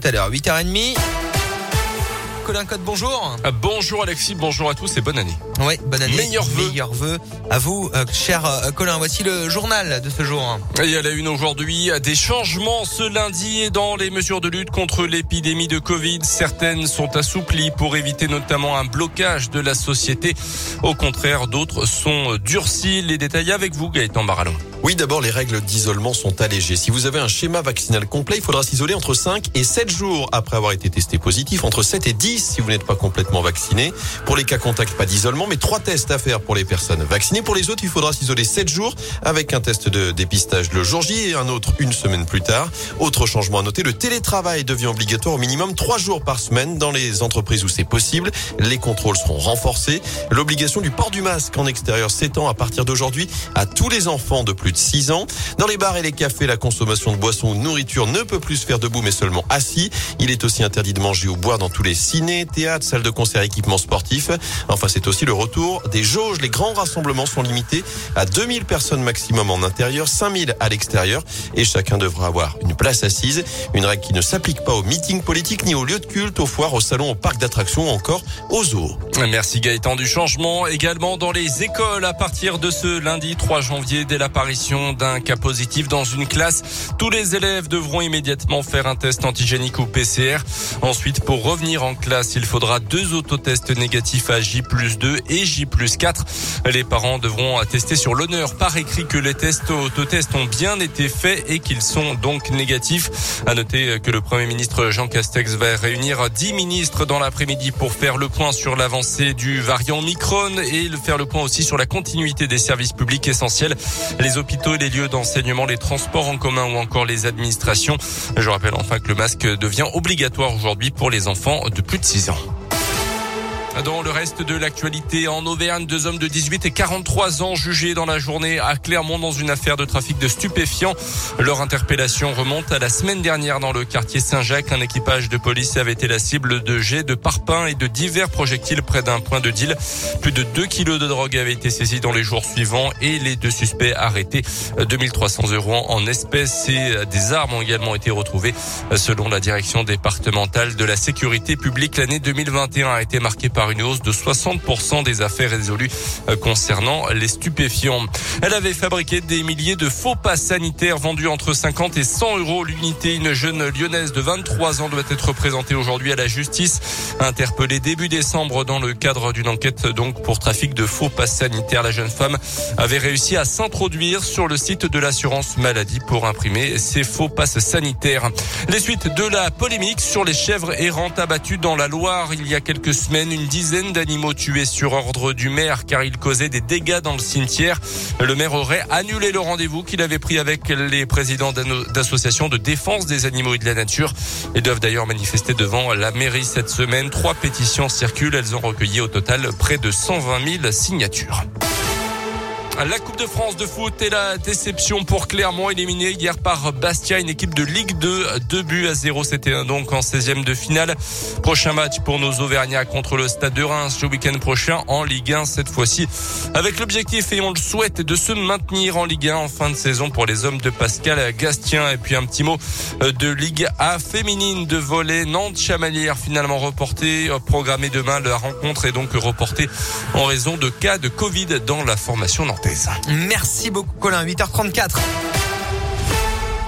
à l'heure, 8h30. Colin Cotte, bonjour. Bonjour Alexis, bonjour à tous et bonne année. Oui, bonne année. Meilleurs vœux à vous, cher Colin. Voici le journal de ce jour. Et à la une aujourd'hui, des changements ce lundi dans les mesures de lutte contre l'épidémie de Covid. Certaines sont assouplies pour éviter notamment un blocage de la société. Au contraire, d'autres sont durcies. Les détails avec vous, Gaëtan Barallon. Oui, d'abord, les règles d'isolement sont allégées. Si vous avez un schéma vaccinal complet, il faudra s'isoler entre 5 et 7 jours après avoir été testé positif, entre 7 et 10 si vous n'êtes pas complètement vacciné. Pour les cas contacts, pas d'isolement, mais 3 tests à faire pour les personnes vaccinées. Pour les autres, il faudra s'isoler 7 jours avec un test de dépistage le jour J et un autre une semaine plus tard. Autre changement à noter, le télétravail devient obligatoire au minimum 3 jours par semaine dans les entreprises où c'est possible. Les contrôles seront renforcés. L'obligation du port du masque en extérieur s'étend à partir d'aujourd'hui à tous les enfants de plus de 6 ans. Dans les bars et les cafés, la consommation de boissons ou de nourriture ne peut plus se faire debout mais seulement assis. Il est aussi interdit de manger ou boire dans tous les ciné, théâtres, salles de concert, équipements sportifs. Enfin, c'est aussi le retour des jauges. Les grands rassemblements sont limités à 2000 personnes maximum en intérieur, 5000 à l'extérieur et chacun devra avoir une place assise. Une règle qui ne s'applique pas aux meetings politiques ni aux lieux de culte, aux foires, aux salons, aux parcs d'attractions ou encore aux zoos. Merci Gaëtan. Du changement également dans les écoles à partir de ce lundi 3 janvier dès l'apparition d'un cas positif dans une classe. Tous les élèves devront immédiatement faire un test antigénique ou PCR. Ensuite, pour revenir en classe, il faudra 2 autotests négatifs à J+2 et J+4. Les parents devront attester sur l'honneur par écrit que les autotests ont bien été faits et qu'ils sont donc négatifs. À noter que le Premier ministre Jean Castex va réunir 10 ministres dans l'après-midi pour faire le point sur l'avancée du variant Omicron et faire le point aussi sur la continuité des services publics essentiels. Les hôpitaux et les lieux d'enseignement, les transports en commun ou encore les administrations. Je rappelle enfin que le masque devient obligatoire aujourd'hui pour les enfants de plus de 6 ans. Dans le reste de l'actualité, en Auvergne, 2 hommes de 18 et 43 ans jugés dans la journée à Clermont dans une affaire de trafic de stupéfiants. Leur interpellation remonte à la semaine dernière dans le quartier Saint-Jacques. Un équipage de police avait été la cible de jets de parpaings et de divers projectiles près d'un point de deal. Plus de 2 kilos de drogue avaient été saisis dans les jours suivants et les 2 suspects arrêtés. 2300 € en espèces et des armes ont également été retrouvées. Selon la direction départementale de la sécurité publique, l'année 2021 a été marquée par une hausse de 60% des affaires résolues concernant les stupéfiants. Elle avait fabriqué des milliers de faux passes sanitaires vendus entre 50 et 100 € l'unité. Une jeune lyonnaise de 23 ans doit être présentée aujourd'hui à la justice. Interpellée début décembre dans le cadre d'une enquête donc pour trafic de faux passes sanitaires, la jeune femme avait réussi à s'introduire sur le site de l'assurance maladie pour imprimer ses faux passes sanitaires. Les suites de la polémique sur les chèvres errantes abattues dans la Loire il y a quelques semaines. Une dizaine d'animaux tués sur ordre du maire car ils causaient des dégâts dans le cimetière. Le maire aurait annulé le rendez-vous qu'il avait pris avec les présidents d'associations de défense des animaux et de la nature. Ils doivent d'ailleurs manifester devant la mairie cette semaine. 3 pétitions circulent. Elles ont recueilli au total près de 120 000 signatures. La Coupe de France de foot est la déception pour Clermont, éliminé hier par Bastia, une équipe de Ligue 2, 2-0. C'était donc en 16e de finale. Prochain match pour nos Auvergnats contre le Stade de Reims le week-end prochain en Ligue 1, cette fois-ci avec l'objectif, et on le souhaite, de se maintenir en Ligue 1 en fin de saison pour les hommes de Pascal Gastien. Et puis un petit mot de Ligue A féminine de volley. Nantes-Chamalières finalement reportée, programmée demain. La rencontre est donc reportée en raison de cas de Covid dans la formation nantaise. Merci beaucoup Colin, 8h34.